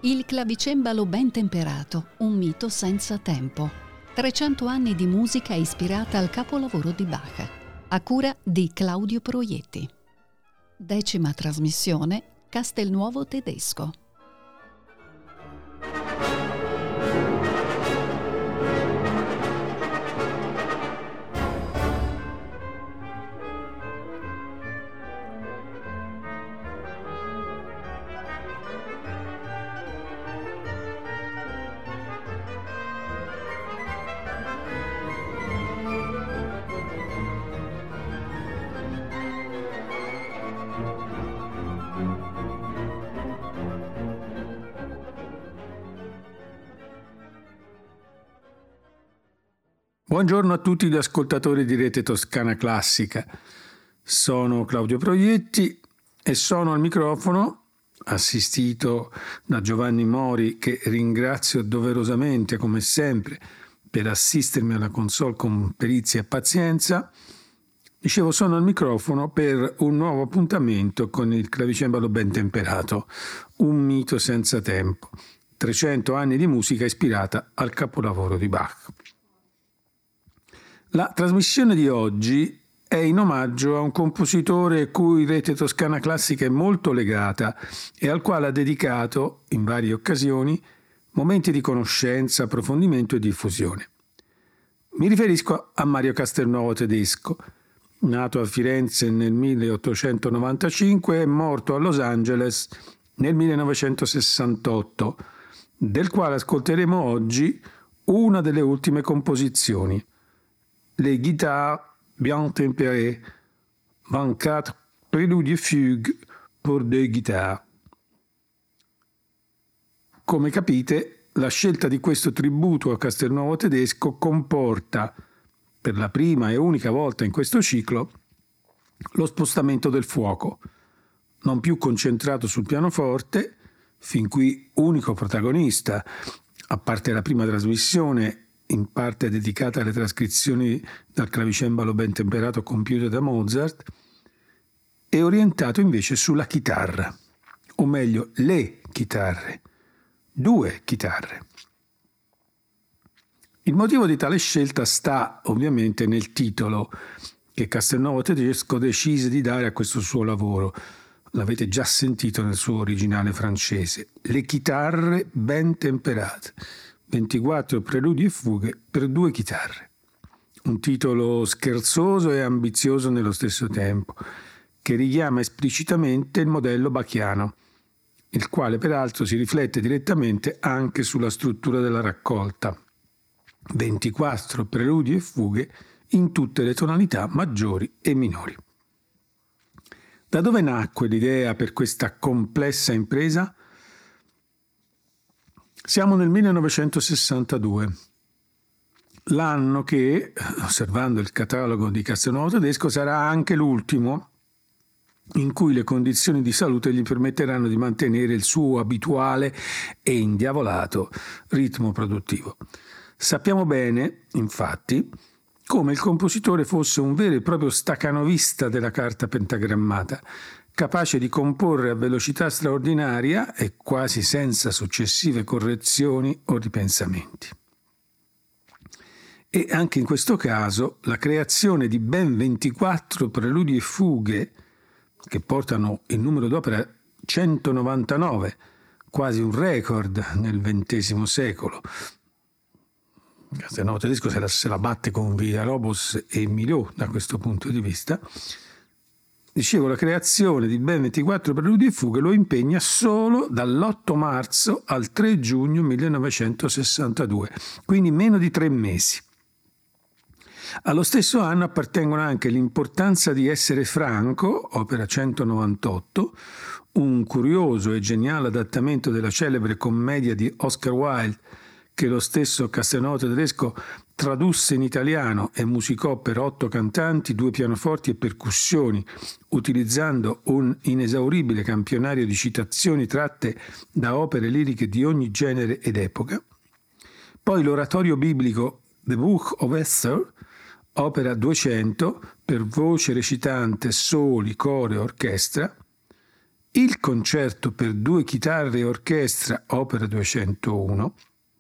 Il clavicembalo ben temperato, un mito senza tempo. 300 anni di musica ispirata al capolavoro di Bach, a cura di Claudio Proietti. 10ª trasmissione, Castelnuovo Tedesco. Buongiorno a tutti gli ascoltatori di Rete Toscana Classica. Sono Claudio Proietti e sono al microfono, assistito da Giovanni Mori, che ringrazio doverosamente, come sempre, per assistermi alla console con perizia e pazienza. Dicevo, sono al microfono per un nuovo appuntamento con il clavicembalo ben temperato, un mito senza tempo. 300 anni di musica ispirata al capolavoro di Bach. La trasmissione di oggi è in omaggio a un compositore cui Rete Toscana Classica è molto legata e al quale ha dedicato, in varie occasioni, momenti di conoscenza, approfondimento e diffusione. Mi riferisco a Mario Castelnuovo Tedesco, nato a Firenze nel 1895 e morto a Los Angeles nel 1968, del quale ascolteremo oggi una delle ultime composizioni. Les guitares bien tempérées, 24 préludes et fugues pour 2 guitares. Come capite, la scelta di questo tributo a Castelnuovo Tedesco comporta, per la prima e unica volta in questo ciclo, lo spostamento del fuoco, non più concentrato sul pianoforte, fin qui unico protagonista, a parte la prima trasmissione, in parte dedicata alle trascrizioni dal clavicembalo ben temperato compiute da Mozart, è orientato invece sulla chitarra, o meglio le chitarre, 2 chitarre. Il motivo di tale scelta sta ovviamente nel titolo che Castelnuovo Tedesco decise di dare a questo suo lavoro. L'avete già sentito nel suo originale francese, le chitarre ben temperate. 24 preludi e fughe per 2 chitarre. Un titolo scherzoso e ambizioso nello stesso tempo, che richiama esplicitamente il modello bachiano, il quale peraltro si riflette direttamente anche sulla struttura della raccolta. 24 preludi e fughe in tutte le tonalità maggiori e minori. Da dove nacque l'idea per questa complessa impresa? Siamo nel 1962, l'anno che, osservando il catalogo di Castelnuovo Tedesco, sarà anche l'ultimo in cui le condizioni di salute gli permetteranno di mantenere il suo abituale e indiavolato ritmo produttivo. Sappiamo bene, infatti, come il compositore fosse un vero e proprio stacanovista della carta pentagrammata, capace di comporre a velocità straordinaria e quasi senza successive correzioni o ripensamenti. E anche in questo caso la creazione di ben 24 preludi e fughe, che portano il numero d'opera 199, quasi un record nel XX secolo. Castelnuovo Tedesco se la batte con Villalobos e Milhaud da questo punto di vista. Dicevo, la creazione di ben 24 preludi e fughe lo impegna solo dall'8 marzo al 3 giugno 1962, quindi meno di 3 mesi. Allo stesso anno appartengono anche L'importanza di essere franco, opera 198, un curioso e geniale adattamento della celebre commedia di Oscar Wilde, che lo stesso Castelnuovo Tedesco tradusse in italiano e musicò per 8 cantanti, 2 pianoforti e percussioni, utilizzando un inesauribile campionario di citazioni tratte da opere liriche di ogni genere ed epoca. Poi l'oratorio biblico The Book of Esther, opera 200 per voce recitante, soli, coro e orchestra. il concerto per 2 chitarre e orchestra, opera 201,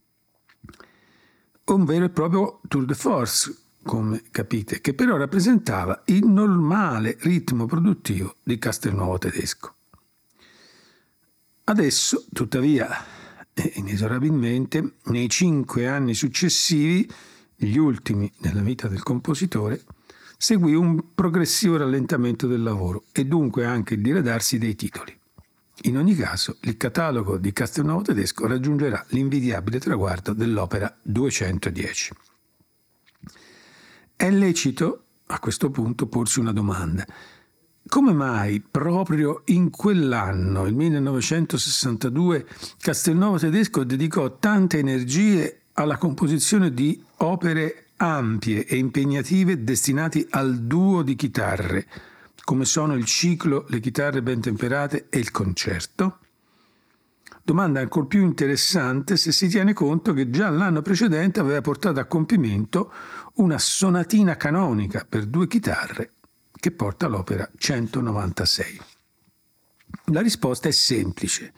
un vero e proprio tour de force, come capite, che però rappresentava il normale ritmo produttivo di Castelnuovo Tedesco. Adesso, tuttavia, inesorabilmente, nei 5 anni successivi, gli ultimi nella vita del compositore, seguì un progressivo rallentamento del lavoro e dunque anche il diradarsi dei titoli. In ogni caso, il catalogo di Castelnuovo Tedesco raggiungerà l'invidiabile traguardo dell'opera 210. È lecito, a questo punto, porsi una domanda. Come mai proprio in quell'anno, il 1962, Castelnuovo Tedesco dedicò tante energie alla composizione di opere ampie e impegnative destinate al duo di chitarre, come sono il ciclo Le chitarre ben temperate e il concerto? Domanda ancor più interessante se si tiene conto che già l'anno precedente aveva portato a compimento una sonatina canonica per 2 chitarre che porta all'opera 196. La risposta è semplice.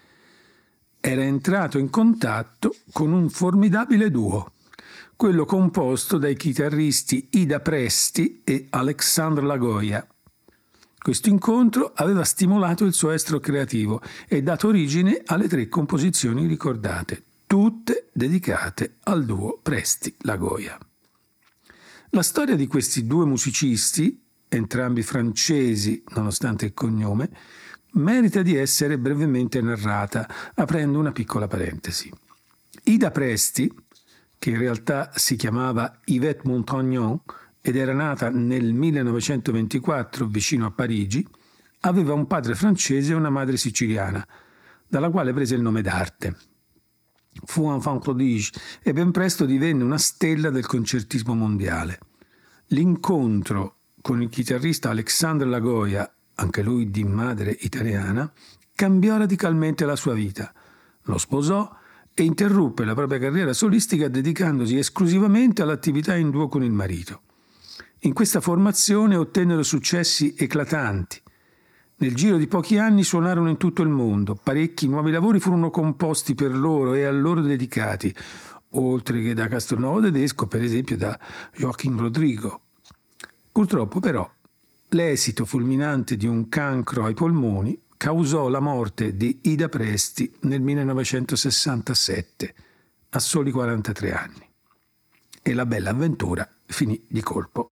Era entrato in contatto con un formidabile duo, quello composto dai chitarristi Ida Presti e Alexandre Lagoya. Questo incontro aveva stimolato il suo estro creativo e dato origine alle 3 composizioni ricordate, tutte dedicate al duo Presti-Lagoya. La storia di questi 2 musicisti, entrambi francesi nonostante il cognome, merita di essere brevemente narrata, aprendo una piccola parentesi. Ida Presti, che in realtà si chiamava Yvette Montagnon ed era nata nel 1924 vicino a Parigi, aveva un padre francese e una madre siciliana, dalla quale prese il nome d'arte. Fu enfant prodige e ben presto divenne una stella del concertismo mondiale. L'incontro con il chitarrista Alexandre Lagoya, anche lui di madre italiana, cambiò radicalmente la sua vita. Lo sposò e interruppe la propria carriera solistica dedicandosi esclusivamente all'attività in duo con il marito. In questa formazione ottennero successi eclatanti. Nel giro di pochi anni suonarono in tutto il mondo, parecchi nuovi lavori furono composti per loro e a loro dedicati, oltre che da Castelnuovo Tedesco, per esempio da Joaquín Rodrigo. Purtroppo però l'esito fulminante di un cancro ai polmoni causò la morte di Ida Presti nel 1967, a soli 43 anni. E la bella avventura finì di colpo.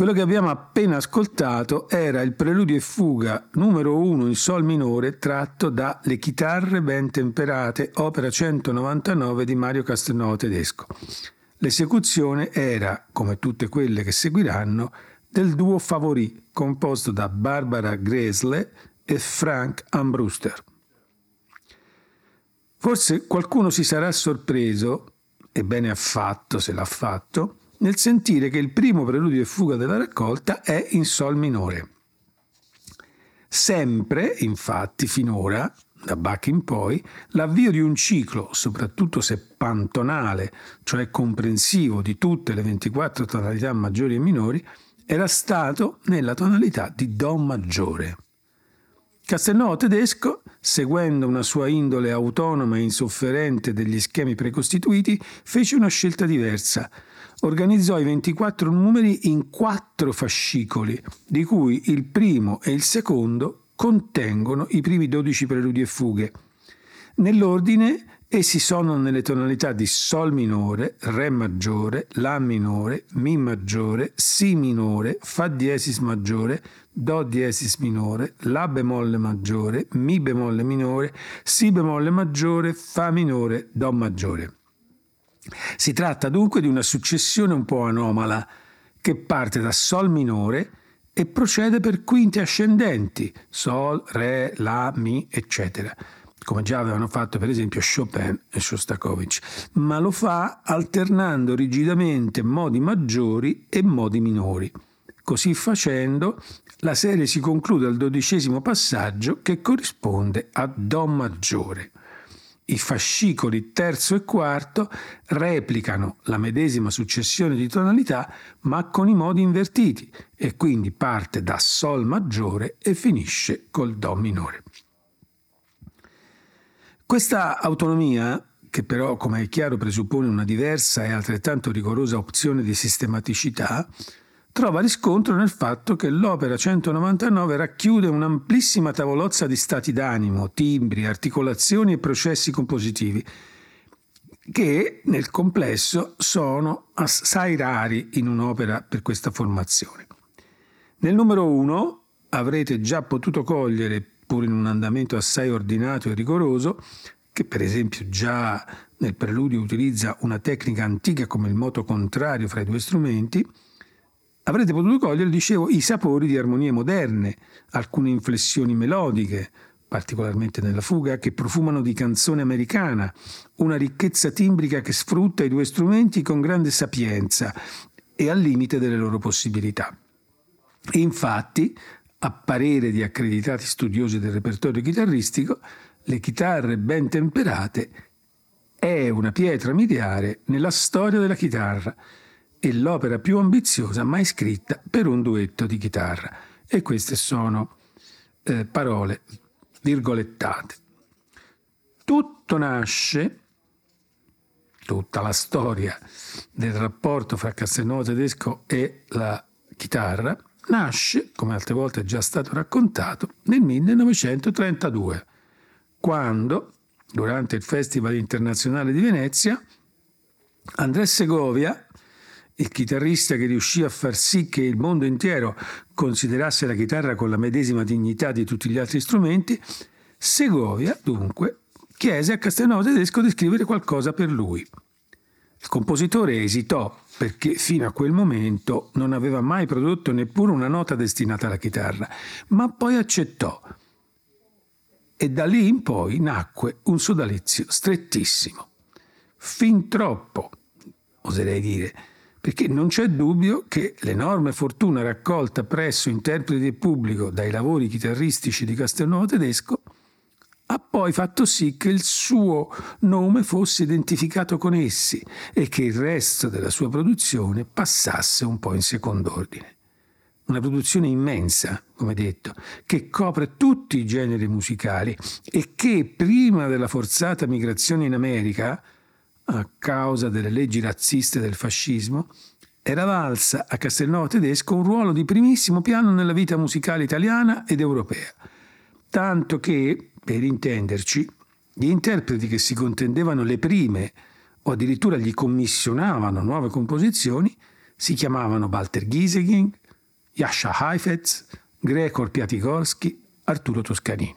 Quello che abbiamo appena ascoltato era il preludio e fuga numero 1 in sol minore tratto da Le chitarre ben temperate, opera 199 di Mario Castelnuovo Tedesco. L'esecuzione era, come tutte quelle che seguiranno, del duo Favori, composto da Barbara Gresle e Frank Ambruster. Forse qualcuno si sarà sorpreso, e bene ha fatto se l'ha fatto, nel sentire che il primo preludio e fuga della raccolta è in sol minore. Sempre, infatti, finora, da Bach in poi, l'avvio di un ciclo, soprattutto se pantonale, cioè comprensivo di tutte le 24 tonalità maggiori e minori, era stato nella tonalità di Do maggiore. Castelnuovo Tedesco, seguendo una sua indole autonoma e insofferente degli schemi precostituiti, fece una scelta diversa. Organizzò i 24 numeri in 4 fascicoli, di cui il primo e il secondo contengono i primi 12 preludi e fughe. Nell'ordine, essi sono nelle tonalità di Sol minore, Re maggiore, La minore, Mi maggiore, Si minore, Fa diesis maggiore, Do diesis minore, La bemolle maggiore, Mi bemolle minore, Si bemolle maggiore, Fa minore, Do maggiore. Si tratta dunque di una successione un po' anomala che parte da Sol minore e procede per quinte ascendenti, Sol, Re, La, Mi, eccetera, come già avevano fatto per esempio Chopin e Shostakovich, ma lo fa alternando rigidamente modi maggiori e modi minori. Così facendo, la serie si conclude al 12° passaggio che corrisponde a Do maggiore. I fascicoli terzo e quarto replicano la medesima successione di tonalità ma con i modi invertiti e quindi parte da Sol maggiore e finisce col Do minore. Questa autonomia, che però come è chiaro presuppone una diversa e altrettanto rigorosa opzione di sistematicità, trova riscontro nel fatto che l'opera 199 racchiude un'amplissima tavolozza di stati d'animo, timbri, articolazioni e processi compositivi, che nel complesso sono assai rari in un'opera per questa formazione. Nel numero 1 avrete già potuto cogliere, pur in un andamento assai ordinato e rigoroso, che per esempio già nel preludio utilizza una tecnica antica come il moto contrario fra i due strumenti, avrete potuto cogliere, dicevo, i sapori di armonie moderne, alcune inflessioni melodiche, particolarmente nella fuga, che profumano di canzone americana, una ricchezza timbrica che sfrutta i due strumenti con grande sapienza e al limite delle loro possibilità. E infatti, a parere di accreditati studiosi del repertorio chitarristico, Le chitarre ben temperate è una pietra miliare nella storia della chitarra e l'opera più ambiziosa mai scritta per un duetto di chitarra. E queste sono parole virgolettate. Tutto nasce, tutta la storia del rapporto fra Castelnuovo Tedesco e la chitarra, nasce, come altre volte è già stato raccontato, nel 1932, quando, durante il Festival internazionale di Venezia, Andrés Segovia, il chitarrista che riuscì a far sì che il mondo intero considerasse la chitarra con la medesima dignità di tutti gli altri strumenti, Segovia, dunque, chiese a Castelnuovo Tedesco di scrivere qualcosa per lui. Il compositore esitò perché fino a quel momento non aveva mai prodotto neppure una nota destinata alla chitarra, ma poi accettò. E da lì in poi nacque un sodalizio strettissimo. Fin troppo, oserei dire, perché non c'è dubbio che l'enorme fortuna raccolta presso interpreti e pubblico dai lavori chitarristici di Castelnuovo Tedesco ha poi fatto sì che il suo nome fosse identificato con essi e che il resto della sua produzione passasse un po' in second'ordine. Una produzione immensa, come detto, che copre tutti i generi musicali e che prima della forzata migrazione in America, a causa delle leggi razziste del fascismo, era valsa a Castelnuovo Tedesco un ruolo di primissimo piano nella vita musicale italiana ed europea. Tanto che, per intenderci, gli interpreti che si contendevano le prime o addirittura gli commissionavano nuove composizioni si chiamavano Walter Gieseking, Jascha Heifetz, Gregor Piatigorsky, Arturo Toscanini.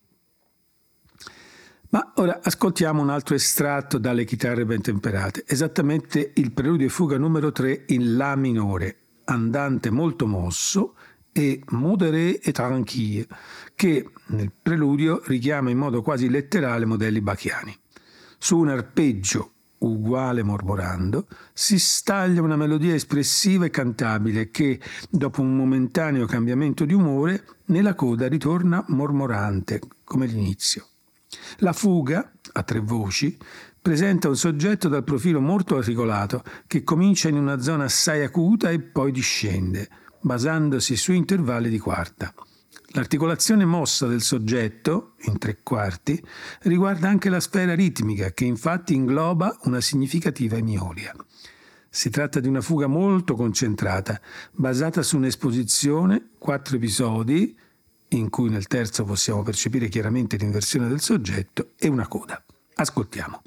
Ma ora ascoltiamo un altro estratto dalle chitarre ben temperate, esattamente il preludio e fuga numero 3 in La minore, andante molto mosso e modéré et tranquille, che nel preludio richiama in modo quasi letterale modelli bachiani. Su un arpeggio uguale mormorando si staglia una melodia espressiva e cantabile che, dopo un momentaneo cambiamento di umore, nella coda ritorna mormorante, come l'inizio. La fuga, a 3 voci, presenta un soggetto dal profilo molto articolato che comincia in una zona assai acuta e poi discende, basandosi su intervalli di quarta. L'articolazione mossa del soggetto, in 3/4, riguarda anche la sfera ritmica, che infatti ingloba una significativa emiolia. Si tratta di una fuga molto concentrata, basata su un'esposizione, 4 episodi, in cui nel terzo possiamo percepire chiaramente l'inversione del soggetto, e una coda. Ascoltiamo.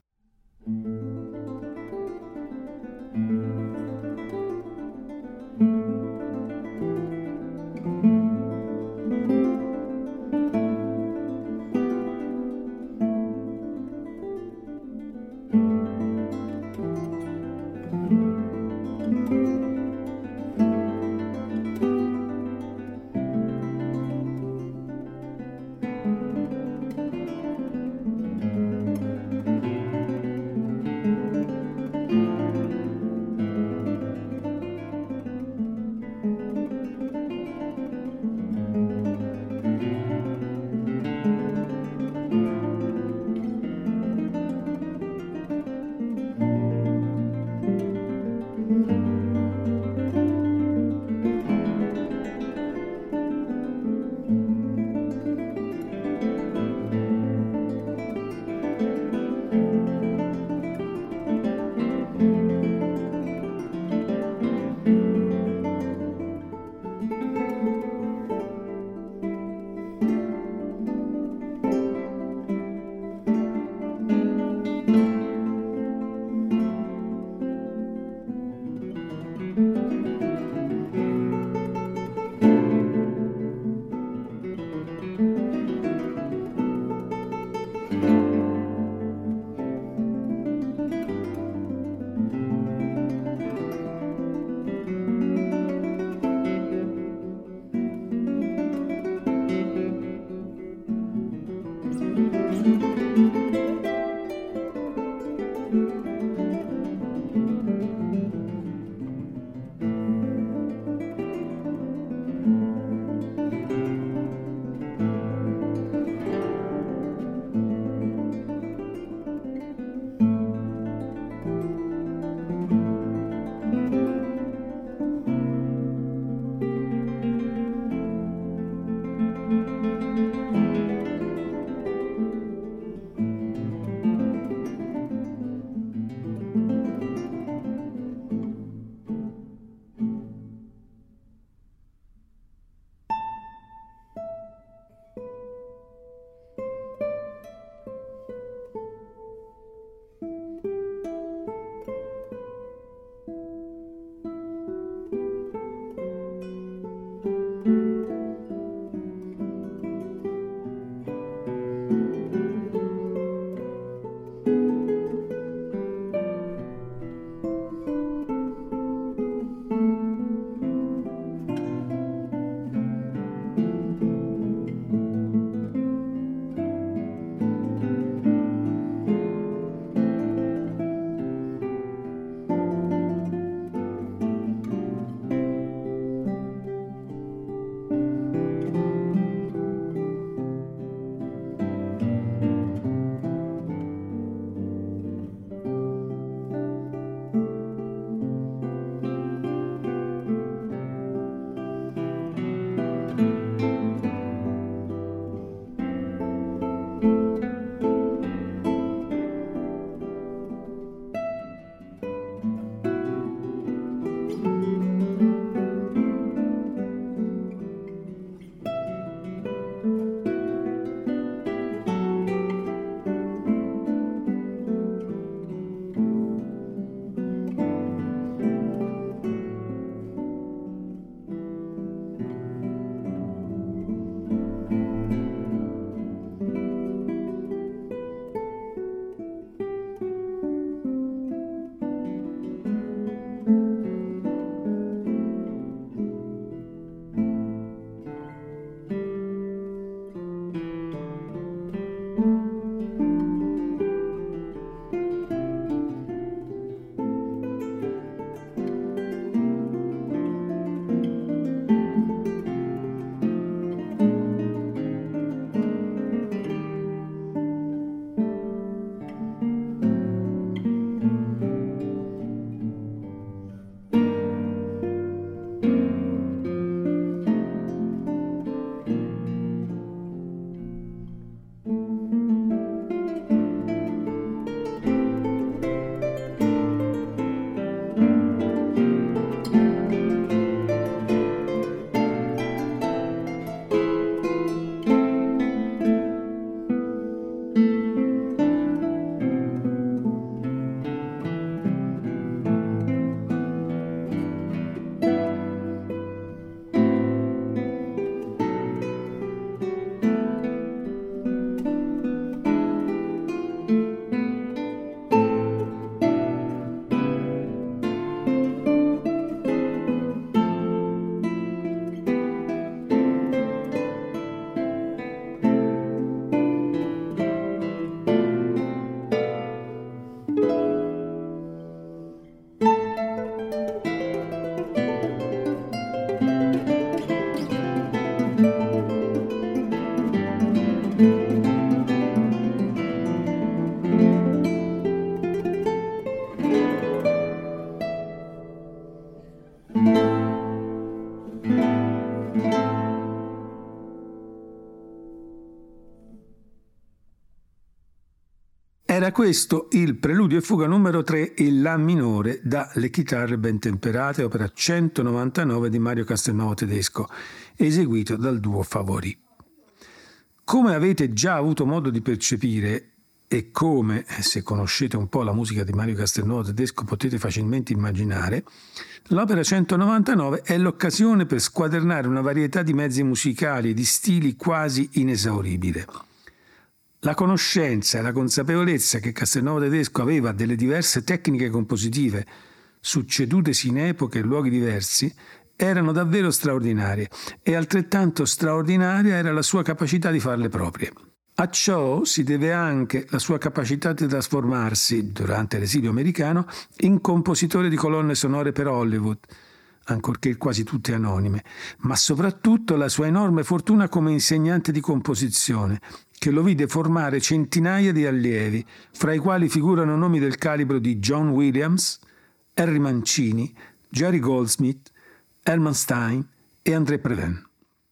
Era questo il preludio e fuga numero 3 in La minore da Le chitarre ben temperate, opera 199 di Mario Castelnuovo Tedesco, eseguito dal duo Favori. Come avete già avuto modo di percepire e come, se conoscete un po' la musica di Mario Castelnuovo Tedesco, potete facilmente immaginare, l'opera 199 è l'occasione per squadernare una varietà di mezzi musicali e di stili quasi inesauribile. La conoscenza e la consapevolezza che Castelnuovo Tedesco aveva delle diverse tecniche compositive, succedutesi in epoche e luoghi diversi, erano davvero straordinarie, e altrettanto straordinaria era la sua capacità di farle proprie. A ciò si deve anche la sua capacità di trasformarsi, durante l'esilio americano, in compositore di colonne sonore per Hollywood, ancorché quasi tutte anonime, ma soprattutto la sua enorme fortuna come insegnante di composizione, che lo vide formare centinaia di allievi, fra i quali figurano nomi del calibro di John Williams, Henry Mancini, Jerry Goldsmith, Herman Stein e André Previn.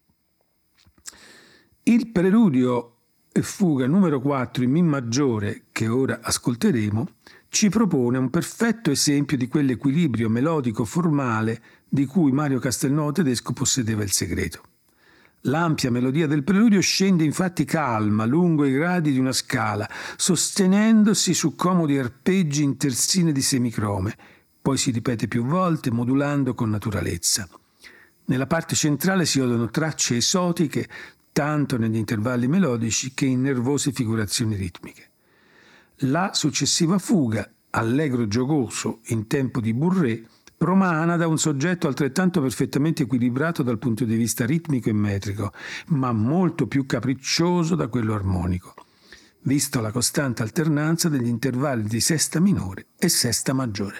Il preludio e fuga numero 4 in Mi maggiore, che ora ascolteremo, ci propone un perfetto esempio di quell'equilibrio melodico-formale di cui Mario Castelnuovo Tedesco possedeva il segreto. L'ampia melodia del preludio scende infatti calma lungo i gradi di una scala, sostenendosi su comodi arpeggi in terzine di semicrome, poi si ripete più volte modulando con naturalezza. Nella parte centrale si odono tracce esotiche, tanto negli intervalli melodici che in nervose figurazioni ritmiche. La successiva fuga, allegro giocoso in tempo di Bourrée, promana da un soggetto altrettanto perfettamente equilibrato dal punto di vista ritmico e metrico, ma molto più capriccioso da quello armonico, visto la costante alternanza degli intervalli di sesta minore e sesta maggiore.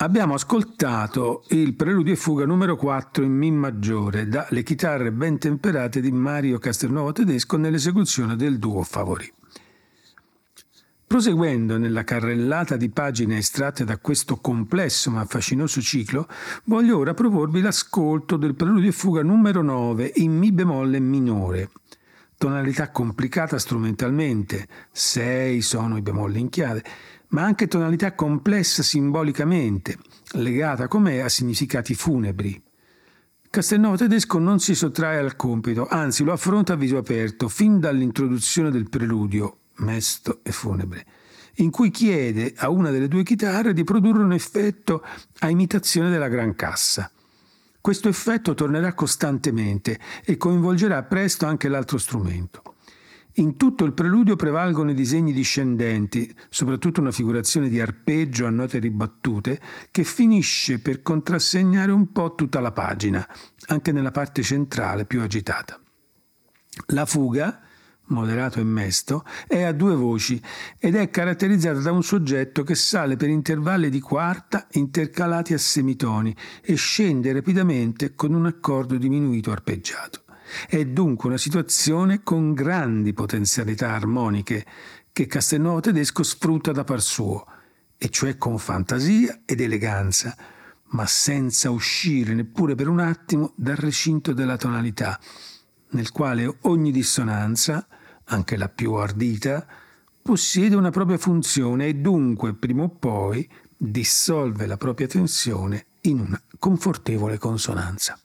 Abbiamo ascoltato il Preludio e Fuga numero 4 in Mi maggiore dalle chitarre ben temperate di Mario Castelnuovo Tedesco nell'esecuzione del duo Favori. Proseguendo nella carrellata di pagine estratte da questo complesso ma fascinoso ciclo, voglio ora proporvi l'ascolto del Preludio e Fuga numero 9 in Mi bemolle minore. Tonalità complicata strumentalmente, 6 sono i bemolli in chiave, ma anche tonalità complessa simbolicamente, legata com'è a significati funebri. Castelnuovo Tedesco non si sottrae al compito, anzi lo affronta a viso aperto, fin dall'introduzione del preludio, mesto e funebre, in cui chiede a una delle due chitarre di produrre un effetto a imitazione della gran cassa. Questo effetto tornerà costantemente e coinvolgerà presto anche l'altro strumento. In tutto il preludio prevalgono i disegni discendenti, soprattutto una figurazione di arpeggio a note ribattute che finisce per contrassegnare un po' tutta la pagina, anche nella parte centrale più agitata. La fuga, moderato e mesto, è a due voci ed è caratterizzata da un soggetto che sale per intervalli di quarta intercalati a semitoni e scende rapidamente con un accordo diminuito arpeggiato. È dunque una situazione con grandi potenzialità armoniche che Castelnuovo Tedesco sfrutta da par suo, e cioè con fantasia ed eleganza, ma senza uscire neppure per un attimo dal recinto della tonalità, nel quale ogni dissonanza, anche la più ardita, possiede una propria funzione e dunque, prima o poi, dissolve la propria tensione in una confortevole consonanza.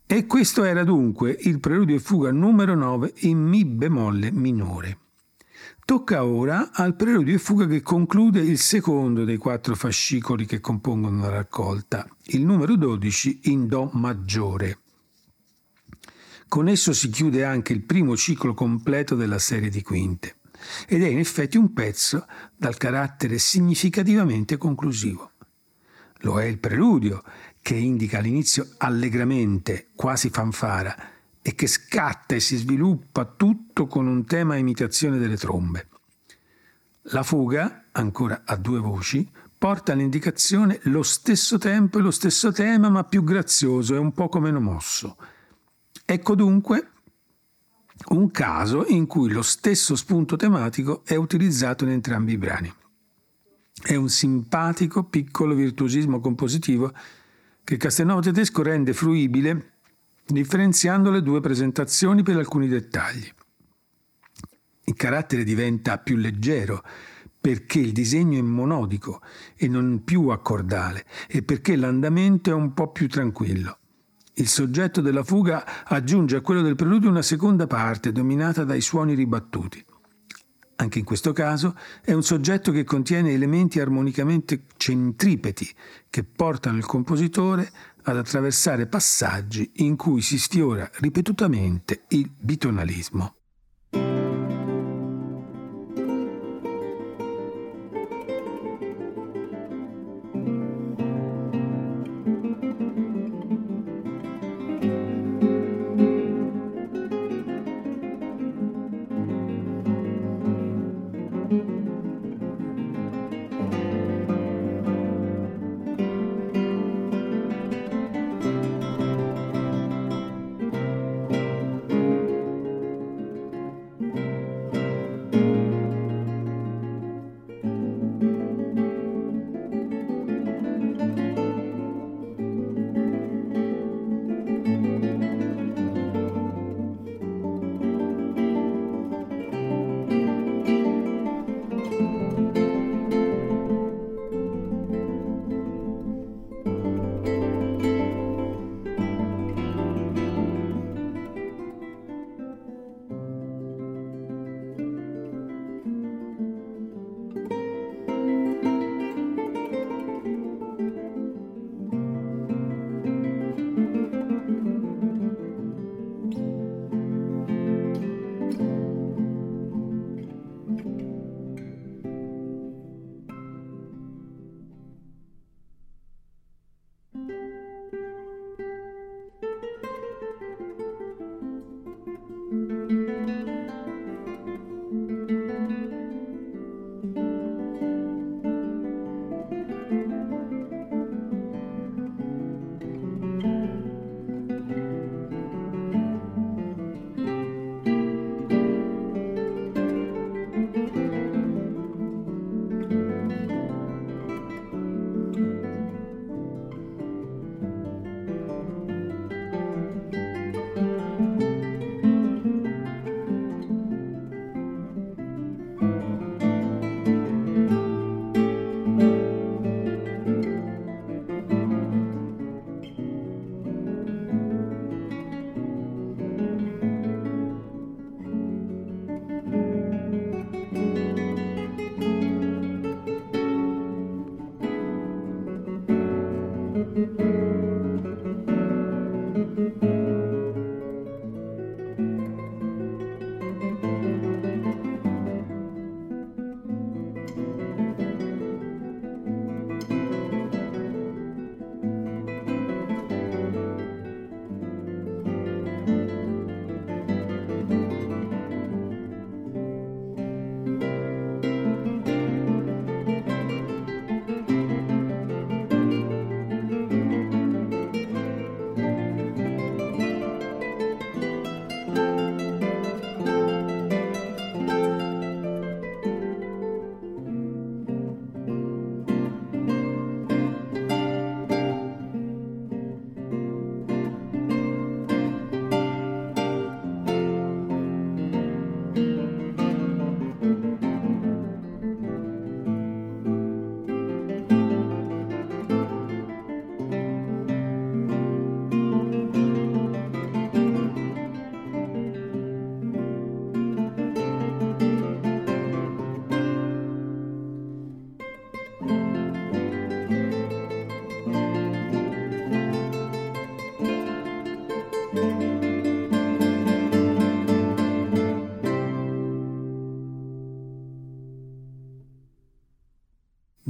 E questo era dunque il preludio e fuga numero 9 in Mi bemolle minore. Tocca ora al preludio e fuga che conclude il secondo dei 4 fascicoli che compongono la raccolta, il numero 12 in Do maggiore. Con esso si chiude anche il primo ciclo completo della serie di quinte ed è in effetti un pezzo dal carattere significativamente conclusivo. Lo è il preludio, che indica l'inizio allegramente, quasi fanfara, e che scatta e si sviluppa tutto con un tema a imitazione delle trombe. La fuga, ancora a 2 voci, porta all'indicazione lo stesso tempo e lo stesso tema, ma più grazioso e un poco meno mosso. Ecco dunque un caso in cui lo stesso spunto tematico è utilizzato in entrambi i brani. È un simpatico piccolo virtuosismo compositivo che Castelnuovo Tedesco rende fruibile differenziando le 2 presentazioni per alcuni dettagli. Il carattere diventa più leggero perché il disegno è monodico e non più accordale e perché l'andamento è un po' più tranquillo. Il soggetto della fuga aggiunge a quello del preludio una seconda parte dominata dai suoni ribattuti. Anche in questo caso è un soggetto che contiene elementi armonicamente centripeti che portano il compositore ad attraversare passaggi in cui si sfiora ripetutamente il bitonalismo.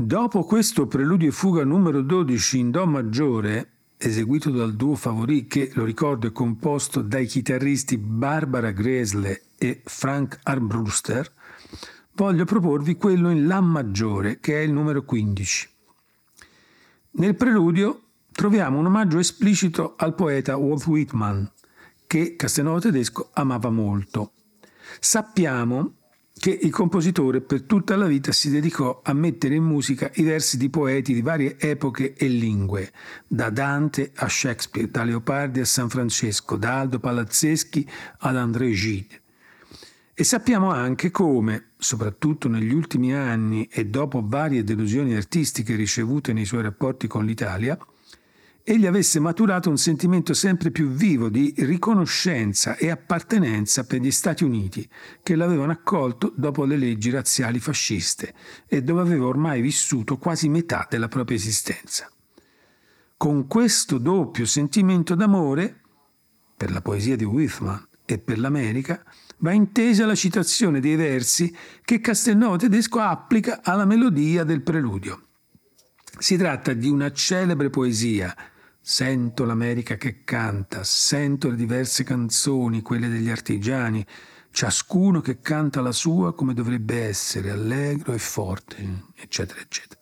Dopo questo preludio e fuga numero 12 in Do maggiore, eseguito dal duo Favori, che, lo ricordo, è composto dai chitarristi Barbara Gresley e Frank Armbruster, voglio proporvi quello in La maggiore, che è il numero 15. Nel preludio troviamo un omaggio esplicito al poeta Walt Whitman, che Castelnuovo Tedesco amava molto. Sappiamo che il compositore per tutta la vita si dedicò a mettere in musica i versi di poeti di varie epoche e lingue, da Dante a Shakespeare, da Leopardi a San Francesco, da Aldo Palazzeschi ad André Gide. E sappiamo anche come, soprattutto negli ultimi anni e dopo varie delusioni artistiche ricevute nei suoi rapporti con l'Italia, egli avesse maturato un sentimento sempre più vivo di riconoscenza e appartenenza per gli Stati Uniti, che l'avevano accolto dopo le leggi razziali fasciste e dove aveva ormai vissuto quasi metà della propria esistenza. Con questo doppio sentimento d'amore, per la poesia di Whitman e per l'America, va intesa la citazione dei versi che Castelnuovo Tedesco applica alla melodia del preludio. Si tratta di una celebre poesia. Sento l'America che canta, sento le diverse canzoni, quelle degli artigiani, ciascuno che canta la sua come dovrebbe essere, allegro e forte, eccetera, eccetera.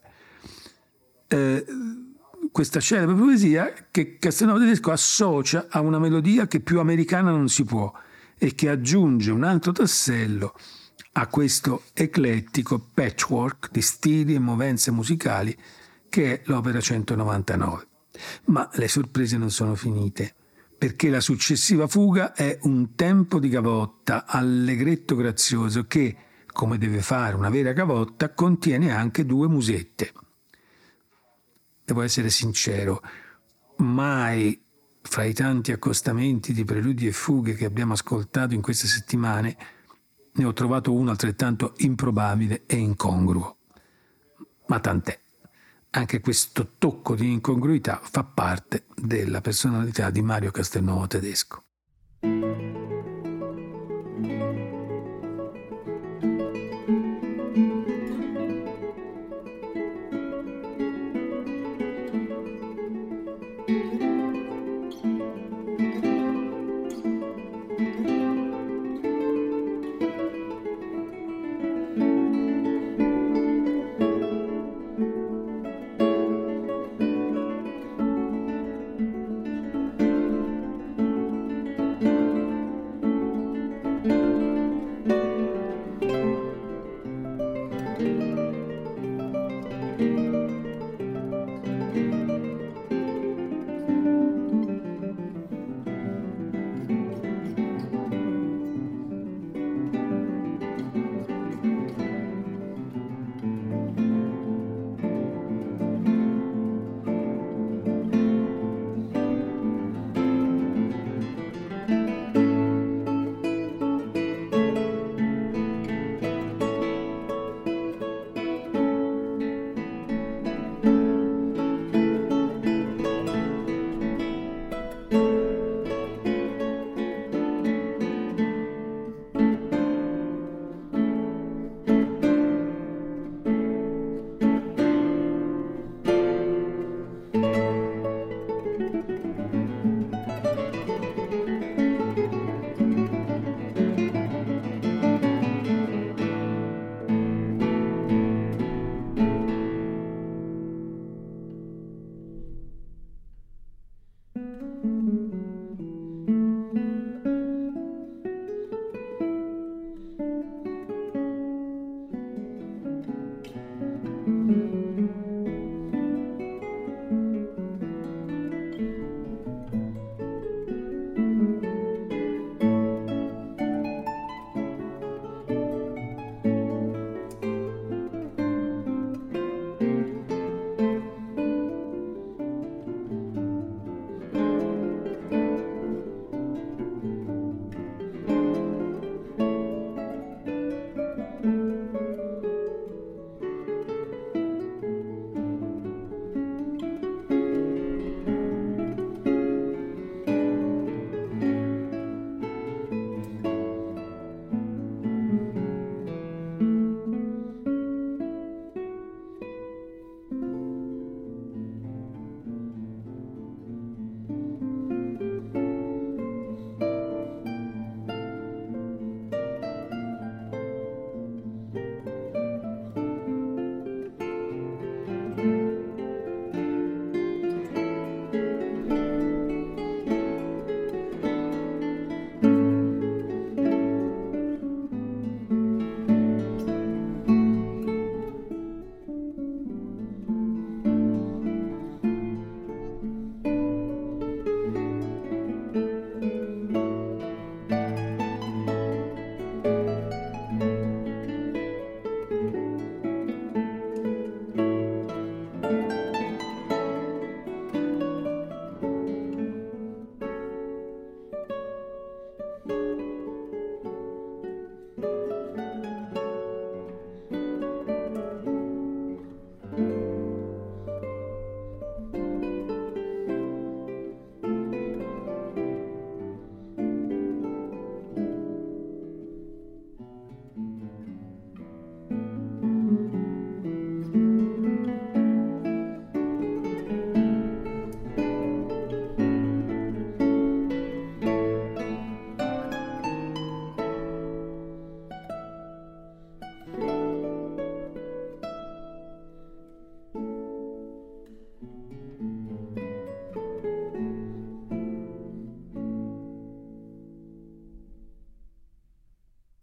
Questa celebre poesia che Castelnuovo Tedesco associa a una melodia che più americana non si può e che aggiunge un altro tassello a questo eclettico patchwork di stili e movenze musicali che è l'opera 199. Ma le sorprese non sono finite, perché la successiva fuga è un tempo di gavotta allegretto grazioso che, come deve fare una vera gavotta, contiene anche 2 musette. Devo essere sincero, mai fra i tanti accostamenti di preludi e fughe che abbiamo ascoltato in queste settimane ne ho trovato uno altrettanto improbabile e incongruo. Ma tant'è. Anche questo tocco di incongruità fa parte della personalità di Mario Castelnuovo Tedesco.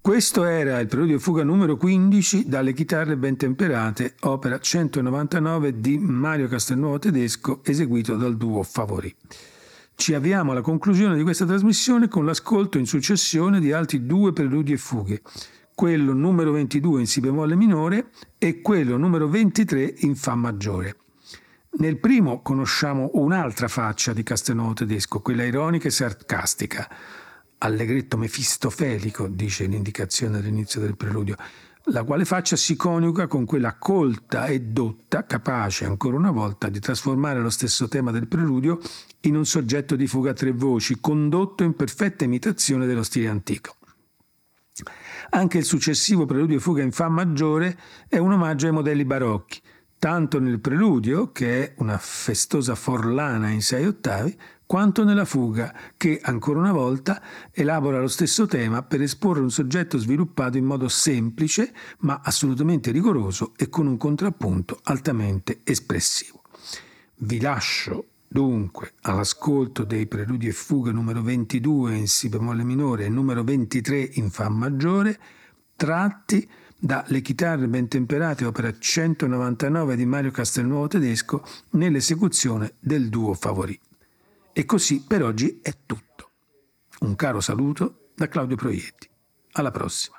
Questo era il preludio e fuga numero 15 dalle chitarre ben temperate, opera 199 di Mario Castelnuovo Tedesco, eseguito dal duo Favori. Ci avviamo alla conclusione di questa trasmissione con l'ascolto in successione di altri 2 preludi e fughe, quello numero 22 in Si bemolle minore e quello numero 23 in Fa maggiore. Nel primo conosciamo un'altra faccia di Castelnuovo Tedesco, quella ironica e sarcastica. Allegretto mefistofelico, dice l'indicazione all'inizio del preludio, la quale faccia si coniuga con quella colta e dotta, capace ancora una volta di trasformare lo stesso tema del preludio in un soggetto di fuga a 3 voci, condotto in perfetta imitazione dello stile antico. Anche il successivo preludio e fuga in Fa maggiore è un omaggio ai modelli barocchi, tanto nel preludio, che è una festosa forlana in 6 ottavi, quanto nella fuga, che ancora una volta elabora lo stesso tema per esporre un soggetto sviluppato in modo semplice ma assolutamente rigoroso e con un contrappunto altamente espressivo. Vi lascio dunque all'ascolto dei preludi e fuga numero 22 in Si bemolle minore e numero 23 in Fa maggiore, tratti da Le chitarre ben temperate, opera 199 di Mario Castelnuovo Tedesco, nell'esecuzione del duo Favori. E così per oggi è tutto. Un caro saluto da Claudio Proietti. Alla prossima.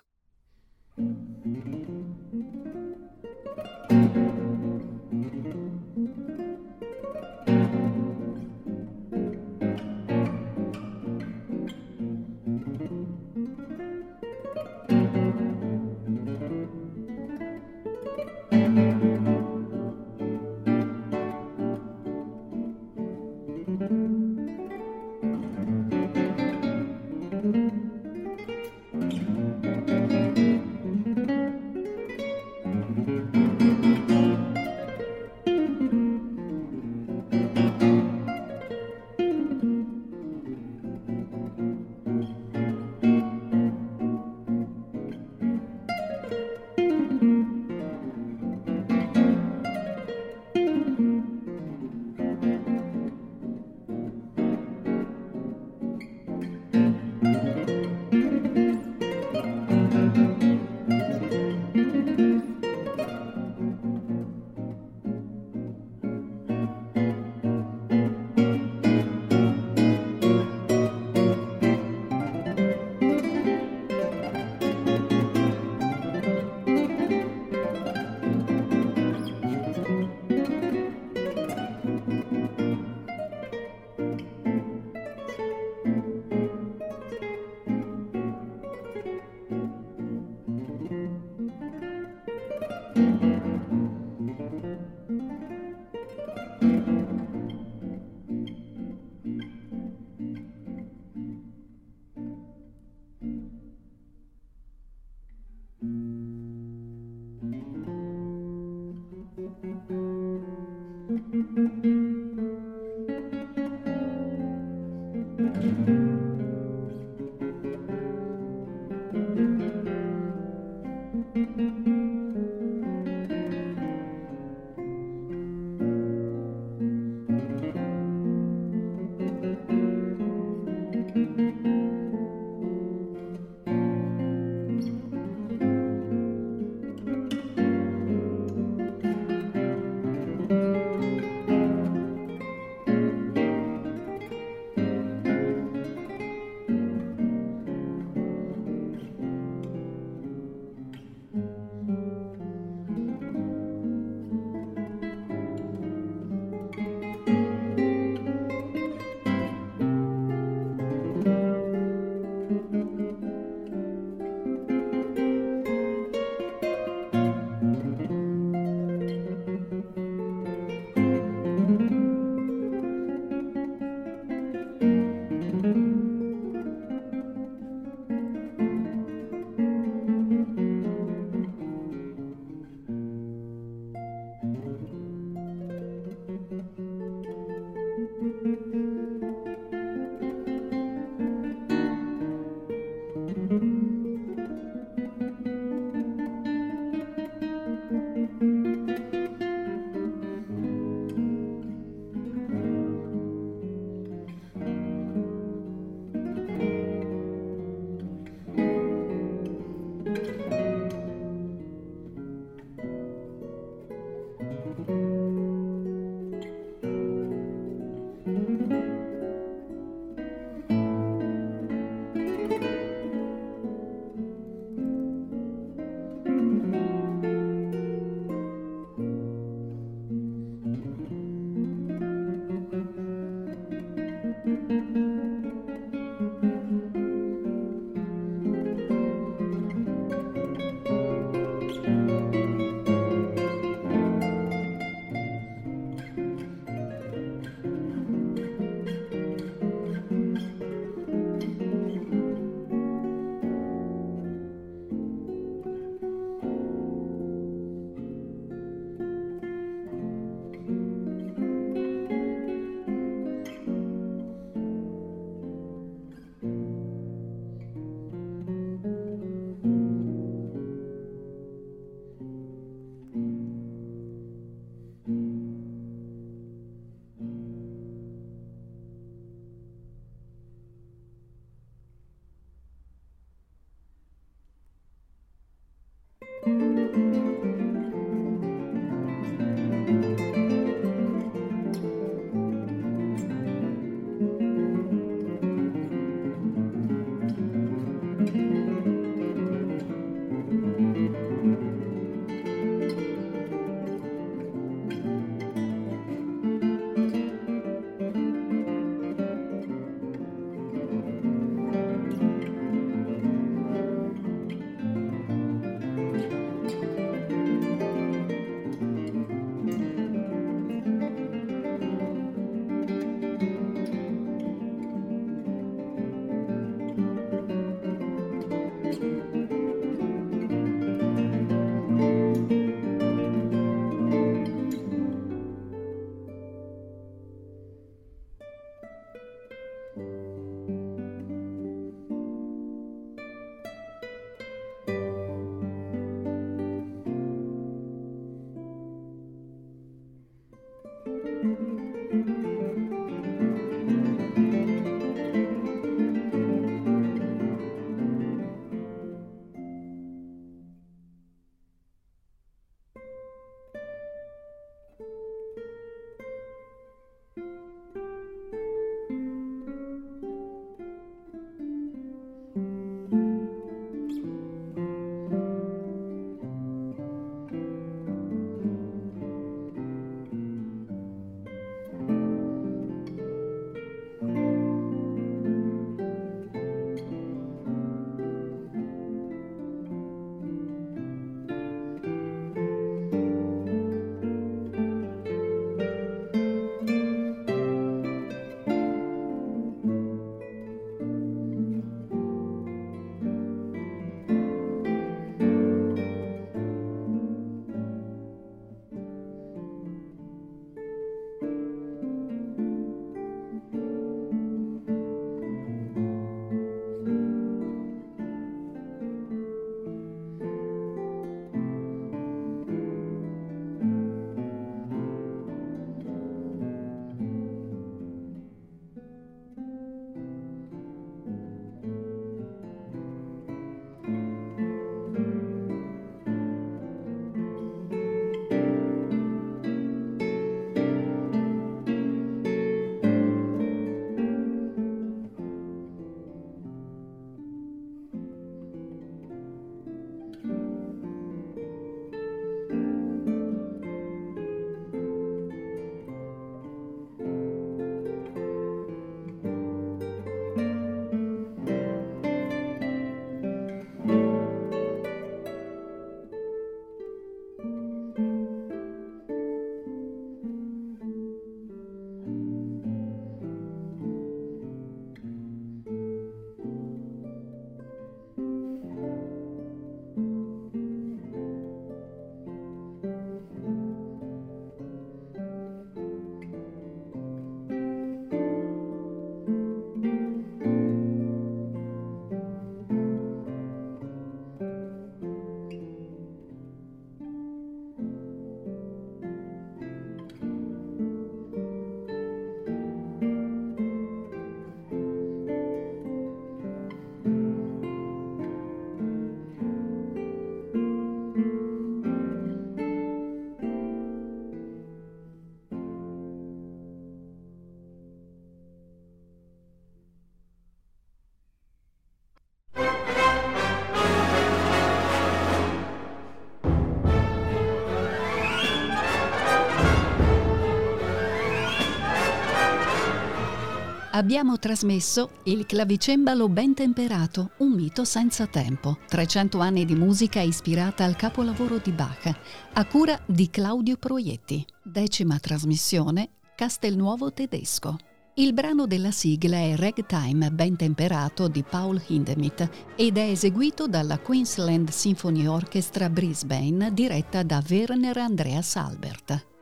Abbiamo trasmesso Il clavicembalo ben temperato, un mito senza tempo. 300 anni di musica ispirata al capolavoro di Bach, a cura di Claudio Proietti. 10ª trasmissione, Castelnuovo tedesco. Il brano della sigla è Ragtime ben temperato di Paul Hindemith ed è eseguito dalla Queensland Symphony Orchestra Brisbane diretta da Werner Andreas Albert.